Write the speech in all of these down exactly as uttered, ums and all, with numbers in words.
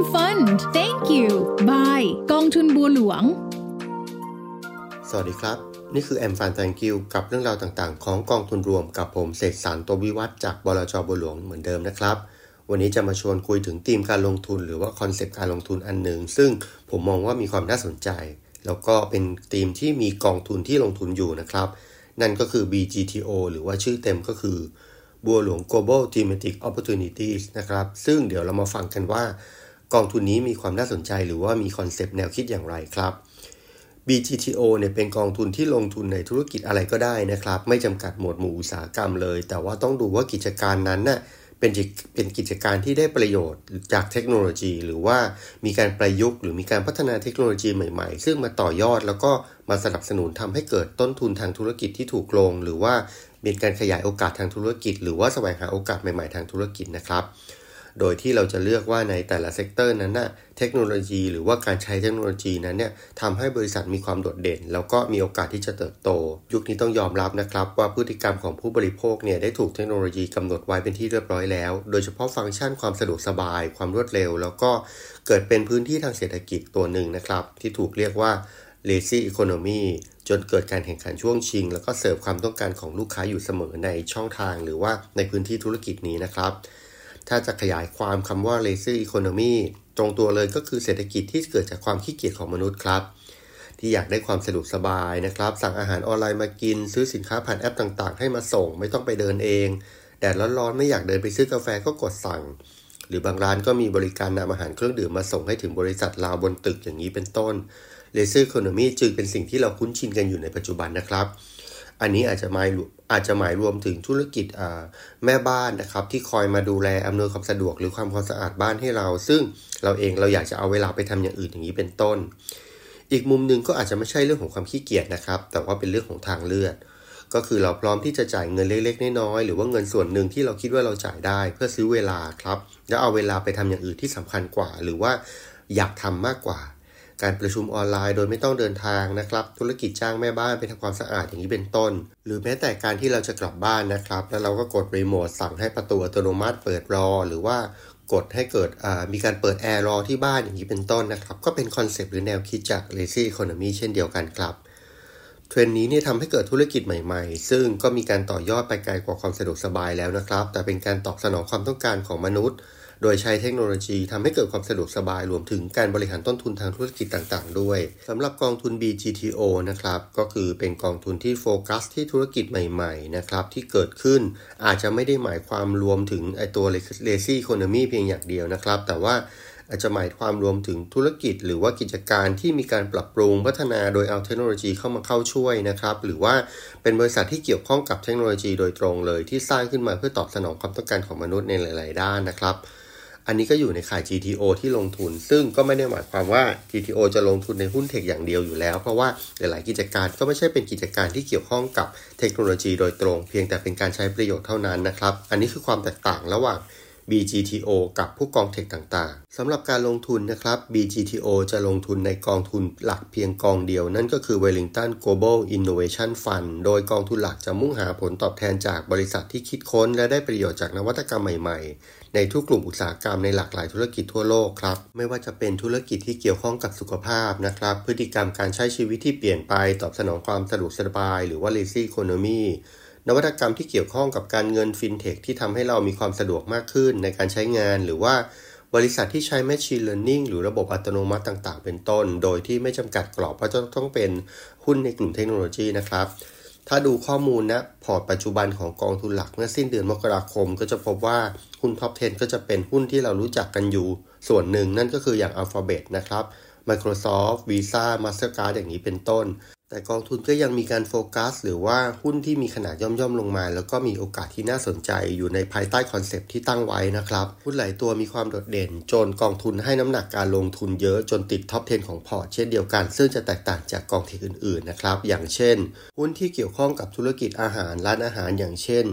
Time Fund Thank you Bye กองทุนบัวหลวงสวัสดีครับนี่คือ M Fund Thank you กับเรื่องราวต่างๆของกองทุนรวมกับผมเสกสรร โตวิวัฒน์จากบลจ.บัวหลวงเหมือนเดิมนะครับวันนี้จะมาชวนคุยถึงธีมการลงทุนหรือว่าคอนเซปต์การลงทุนอันหนึ่งซึ่งผมมองว่ามีความน่าสนใจแล้วก็เป็นธีมที่มีกองทุนที่ลงทุนอยู่นะครับนั่นก็คือ บี จี ที โอ หรือว่าชื่อเต็มก็คือบัวหลวง Global Thematic Opportunities นะครับซึ่งเดี๋ยวเรามาฟังกันว่ากองทุนนี้มีความน่าสนใจหรือว่ามีคอนเซปต์แนวคิดอย่างไรครับ บี จี ที โอ เนี่ยเป็นกองทุนที่ลงทุนในธุรกิจอะไรก็ได้นะครับไม่จำกัดหมวดหมู่อุตสาหกรรมเลยแต่ว่าต้องดูว่ากิจการนั้นน่ะเป็นเป็นกิจการที่ได้ประโยชน์จากเทคโนโลยีหรือว่ามีการประยุกต์หรือมีการพัฒนาเทคโนโลยีใหม่ๆซึ่งมาต่อยอดแล้วก็มาสนับสนุนทำให้เกิดต้นทุนทางธุรกิจที่ถูกลงหรือว่าเป็นการขยายโอกาสทางธุรกิจหรือว่าแสวงหาโอกาสใหม่ๆทางธุรกิจนะครับโดยที่เราจะเลือกว่าในแต่ละเซกเตอร์นั้นน่ะเทคโนโลยีหรือว่าการใช้เทคโนโลยีนั้นเนี่ยทำให้บริษัทมีความโดดเด่นแล้วก็มีโอกาสที่จะเติบโตยุคนี้ต้องยอมรับนะครับว่าพฤติกรรมของผู้บริโภคเนี่ยได้ถูกเทคโนโลยีกำหนดไว้เป็นที่เรียบร้อยแล้วโดยเฉพาะฟังก์ชันความสะดวกสบายความรวดเร็วแล้วก็เกิดเป็นพื้นที่ทางเศรษฐกิจตัวหนึ่งนะครับที่ถูกเรียกว่า lazy economy จนเกิดการแข่งขันช่วงชิงแล้วก็เสิร์ฟความต้องการของลูกค้าอยู่เสมอในช่องทางหรือว่าในพื้นที่ธุรกิจนี้นะครับถ้าจะขยายความคำว่า lazy economy ตรงตัวเลยก็คือเศรษฐกิจที่เกิดจากความขี้เกียจของมนุษย์ครับที่อยากได้ความสะดวกสบายนะครับสั่งอาหารออนไลน์มากินซื้อสินค้าผ่านแอปต่างๆให้มาส่งไม่ต้องไปเดินเองแดดร้อนๆไม่อยากเดินไปซื้อกาแฟก็กดสั่งหรือบางร้านก็มีบริการนำอาหารเครื่องดื่มมาส่งให้ถึงบริษัทราวบนตึกอย่างนี้เป็นต้น lazy economy จึงเป็นสิ่งที่เราคุ้นชินกันอยู่ในปัจจุบันนะครับอันนี้อาจจะหมายอาจจะหมายรวมถึงธุรกิจแม่บ้านนะครับที่คอยมาดูแลอำนวยความสะดวกหรือความความสะอาดบ้านให้เราซึ่งเราเองเราอยากจะเอาเวลาไปทำอย่างอื่นอย่างนี้เป็นต้นอีกมุมนึงก็อาจจะไม่ใช่เรื่องของความขี้เกียจนะครับแต่ว่าเป็นเรื่องของทางเลือกก็คือเราพร้อมที่จะจ่ายเงินเล็กๆน้อยๆหรือว่าเงินส่วนหนึ่งที่เราคิดว่าเราจ่ายได้เพื่อซื้อเวลาครับแล้วเอาเวลาไปทำอย่างอื่นที่สำคัญกว่าหรือว่าอยากทำมากกว่าการประชุมออนไลน์โดยไม่ต้องเดินทางนะครับธุรกิจจ้างแม่บ้านไปทำความสะอาดอย่างนี้เป็นต้นหรือแม้แต่การที่เราจะกลับบ้านนะครับแล้วเราก็กดรีโมทสั่งให้ประตูอัตโนมัติเปิดรอหรือว่ากดให้เกิดมีการเปิดแอร์รอที่บ้านอย่างนี้เป็นต้นนะครับก็เป็นคอนเซปต์หรือแนวคิดจาก lazy economy เช่นเดียวกันครับเทรนด์นี้เนี่ยทำให้เกิดธุรกิจใหม่ๆซึ่งก็มีการต่อยอดไปไกลกว่าความสะดวกสบายแล้วนะครับแต่เป็นการตอบสนองความต้องการของมนุษย์โดยใช้เทคโนโลยีทำให้เกิดความสะดวกสบายรวมถึงการบริหารต้นทุนทางธุรกิจต่างๆด้วยสำหรับกองทุน บี จี ที โอ นะครับก็คือเป็นกองทุนที่โฟกัสที่ธุรกิจใหม่ๆนะครับที่เกิดขึ้นอาจจะไม่ได้หมายความรวมถึงไอตัว lazy economy เพียงอย่างเดียวนะครับแต่ว่าอาจจะหมายความรวมถึงธุรกิจหรือว่ากิจการที่มีการปรับปรุงพัฒนาโดยเอาเทคโนโลยีเข้ามาเข้าช่วยนะครับหรือว่าเป็นบริษัทที่เกี่ยวข้องกับเทคโนโลยีโดยตรงเลยที่สร้างขึ้นมาเพื่อตอบสนองความต้องการของมนุษย์ในหลายๆด้านนะครับอันนี้ก็อยู่ในข่าย จี ที โอ ที่ลงทุนซึ่งก็ไม่ได้หมายความว่า จี ที โอ จะลงทุนในหุ้นเทคอย่างเดียวอยู่แล้วเพราะว่าหลายๆกิจการก็ไม่ใช่เป็นกิจการที่เกี่ยวข้องกับเทคโนโลยีโดยตรงเพียงแต่เป็นการใช้ประโยชน์เท่านั้นนะครับอันนี้คือความแตกต่างระหว่าง บี จี ที โอ กับผู้กองเทคต่างๆสำหรับการลงทุนนะครับ บี จี ที โอ จะลงทุนในกองทุนหลักเพียงกองเดียวนั่นก็คือ Wellington Global Innovation Fund โดยกองทุนหลักจะมุ่งหาผลตอบแทนจากบริษัทที่คิดค้นและได้ประโยชน์จากนวัตกรรมใหม่ๆในทุกกลุ่มอุตสาหกรรมในหลากหลายธุรกิจทั่วโลกครับไม่ว่าจะเป็นธุรกิจที่เกี่ยวข้องกับสุขภาพนะครับพฤติกรรมการใช้ชีวิตที่เปลี่ยนไปตอบสนองความสะดวกสบายหรือว่า lazy economyนวัตกรรมที่เกี่ยวข้องกับการเงินฟินเทคที่ทำให้เรามีความสะดวกมากขึ้นในการใช้งานหรือว่าบริษัทที่ใช้ Machine Learning หรือระบบอัตโนมัติต่างๆเป็นต้นโดยที่ไม่จำกัดกรอบว่าจะต้องเป็นหุ้นในกลุ่มเทคโนโลยีนะครับถ้าดูข้อมูลนะพอร์ตปัจจุบันของกองทุนหลักเมื่อสิ้นเดือนมกราคมก็จะพบว่าหุ้น Top สิบ ก็จะเป็นหุ้นที่เรารู้จักกันอยู่ส่วนหนึ่งนั่นก็คืออย่าง Alphabet นะครับ Microsoft Visa Mastercard อย่างนี้เป็นต้นแต่กองทุนก็ยังมีการโฟกัสหรือว่าหุ้นที่มีขนาดย่อมๆลงมาแล้วก็มีโอกาสที่น่าสนใจอยู่ในภายใต้คอนเซปต์ที่ตั้งไว้นะครับหุ้นหลายตัวมีความโดดเด่นจนกองทุนให้น้ำหนักการลงทุนเยอะจนติดท็อปสิบของพอร์ตเช่นเดียวกันซึ่งจะแตกต่างจากกองทุนอื่นๆนะครับอย่างเช่นหุ้นที่เกี่ยวข้องกับธุรกิจอาหารร้านอาหารอย่างเช่น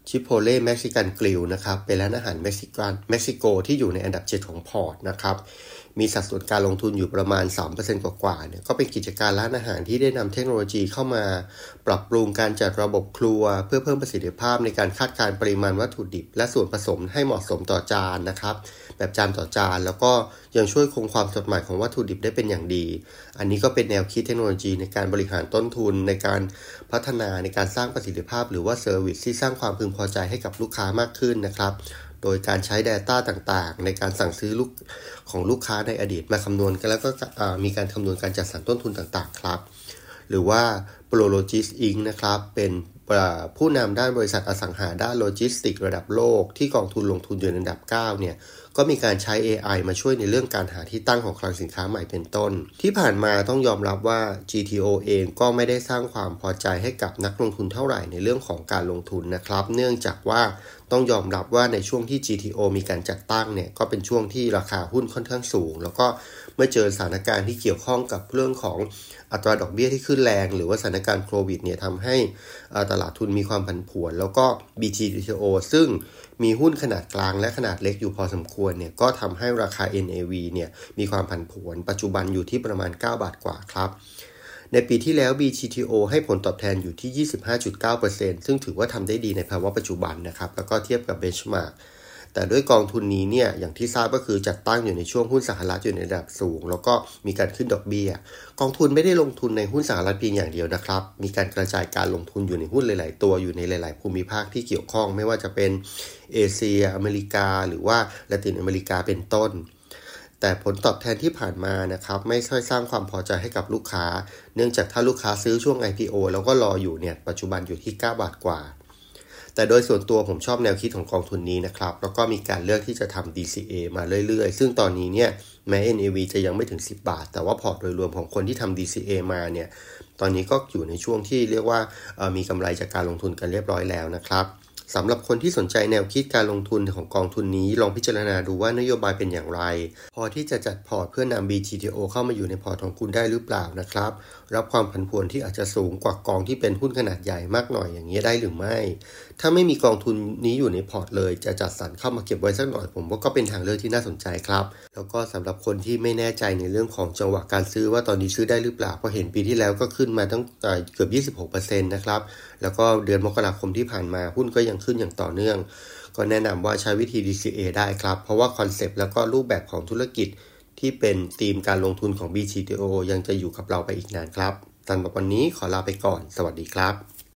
ชิโพเล่เม็กซิกันกริลนะครับเป็นร้านอาหารเม็กซิกันเม็กซิโกที่อยู่ในอันดับเจ็ดของพอร์ตนะครับมีสัดส่วนการลงทุนอยู่ประมาณ สามเปอร์เซ็นต์ กว่าๆเนี่ยก็เป็นกิจการร้านอาหารที่ได้นำเทคโนโลยีเข้ามาปรับปรุงการจัดระบบครัวเพื่อเพิ่มประสิทธิภาพในการคาดการณ์ปริมาณวัตถุดิบและส่วนผสมให้เหมาะสมต่อจานนะครับแบบจานต่อจานแล้วก็ยังช่วยคงความสดใหม่ของวัตถุดิบได้เป็นอย่างดีอันนี้ก็เป็นแนวคิดเทคโนโลยีในการบริหารต้นทุนในการพัฒนาในการสร้างประสิทธิภาพหรือว่าเซอร์วิสที่สร้างความพึงพอใจให้กับลูกค้ามากขึ้นนะครับโดยการใช้ data ต่างๆในการสั่งซื้อลูกของลูกค้าในอดีตมาคำนวณกันแล้วก็มีการคำนวณการจัดสรรต้นทุนต่างๆครับหรือว่า Prologis อิง นะครับเป็นผู้นำด้านบริษัทอสังหาด้านโลจิสติกระดับโลกที่กองทุนลงทุนอยู่ในอันดับเก้าเนี่ยก็มีการใช้ เอ ไอ มาช่วยในเรื่องการหาที่ตั้งของคลังสินค้าใหม่เป็นต้นที่ผ่านมาต้องยอมรับว่า จี ที โอ เองก็ไม่ได้สร้างความพอใจให้กับนักลงทุนเท่าไหร่ในเรื่องของการลงทุนนะครับเนื่องจากว่าต้องยอมรับว่าในช่วงที่ จี ที โอ มีการจัดตั้งเนี่ยก็เป็นช่วงที่ราคาหุ้นค่อนข้างสูงแล้วก็เมื่อเจอสถานการณ์ที่เกี่ยวข้องกับเรื่องของอัตราดอกเบี้ยที่ขึ้นแรงหรือว่าสถานการณ์โควิดเนี่ยทำให้ตลาดทุนมีความผันผวนแล้วก็ บี ที ที โอ ซึ่งมีหุ้นขนาดกลางและขนาดเล็กอยู่พอสมควรเนี่ยก็ทำให้ราคา เอ็น เอ วี เนี่ยมีความผันผวนปัจจุบันอยู่ที่ประมาณเก้าบาทกว่าครับในปีที่แล้ว บี ที ที โอ ให้ผลตอบแทนอยู่ที่ ยี่สิบห้าจุดเก้าเปอร์เซ็นต์ ซึ่งถือว่าทำได้ดีในภาวะปัจจุบันนะครับแล้วก็เทียบกับ benchmark แต่ด้วยกองทุนนี้เนี่ยอย่างที่ทราบก็คือจัดตั้งอยู่ในช่วงหุ้นสหรัฐอยู่ในระดับสูงแล้วก็มีการขึ้นดอกเบี้ยกองทุนไม่ได้ลงทุนในหุ้นสหรัฐเพียงอย่างเดียวนะครับมีการกระจายการลงทุนอยู่ในหุ้นหลายๆตัวอยู่ในหลายๆภูมิภาคที่เกี่ยวข้องไม่ว่าจะเป็นเอเชียอเมริกาหรือว่าละตินอเมริกาเป็นต้นแต่ผลตอบแทนที่ผ่านมานะครับไม่ค่อยสร้างความพอใจให้กับลูกค้าเนื่องจากถ้าลูกค้าซื้อช่วง ไอ พี โอ แล้วก็รออยู่เนี่ยปัจจุบันอยู่ที่เก้าบาทกว่าแต่โดยส่วนตัวผมชอบแนวคิดของกองทุนนี้นะครับแล้วก็มีการเลือกที่จะทำ ดี ซี เอ มาเรื่อยๆซึ่งตอนนี้เนี่ยแม้ เอ็น เอ วี จะยังไม่ถึงสิบบาทแต่ว่าพอร์ตโดยรวมของคนที่ทำ ดี ซี เอ มาเนี่ยตอนนี้ก็อยู่ในช่วงที่เรียกว่ามีกำไรจากการลงทุนกันเรียบร้อยแล้วนะครับสำหรับคนที่สนใจแนวคิดการลงทุนของกองทุนนี้ลองพิจารณาดูว่านโยบายเป็นอย่างไรพอที่จะจัดพอร์ตเพื่อนำ บี ที ที โอ เข้ามาอยู่ในพอร์ตของคุณได้หรือเปล่านะครับรับความผันผวนที่อาจจะสูงกว่ากองที่เป็นหุ้นขนาดใหญ่มากหน่อยอย่างนี้ได้หรือไม่ถ้าไม่มีกองทุนนี้อยู่ในพอร์ตเลยจะจัดสรรเข้ามาเก็บไว้สักหน่อยผมว่าก็เป็นทางเลือกที่น่าสนใจครับแล้วก็สำหรับคนที่ไม่แน่ใจในเรื่องของจังหวะการซื้อว่าตอนนี้ซื้อได้หรือเปล่าเพราะเห็นปีที่แล้วก็ขึ้นมาตั้งแต่เกือบ ยี่สิบหกเปอร์เซ็นต์ นะครับแล้วก็เดือนมกราคมที่ผ่านมาหุ้นก็ยังขึ้นอย่างต่อเนื่องก็แนะนำว่าใช้วิธี ดี ซี เอ ได้ครับเพราะว่าคอนเซปต์แล้วก็รูปแบบของธุรกิจที่เป็นธีมการลงทุนของ บี ที ที โอ ยังจะอยู่กับเราไปอีกนานครับสำหรับวันนี้ขอลาไปก่อนสวัสดีครับ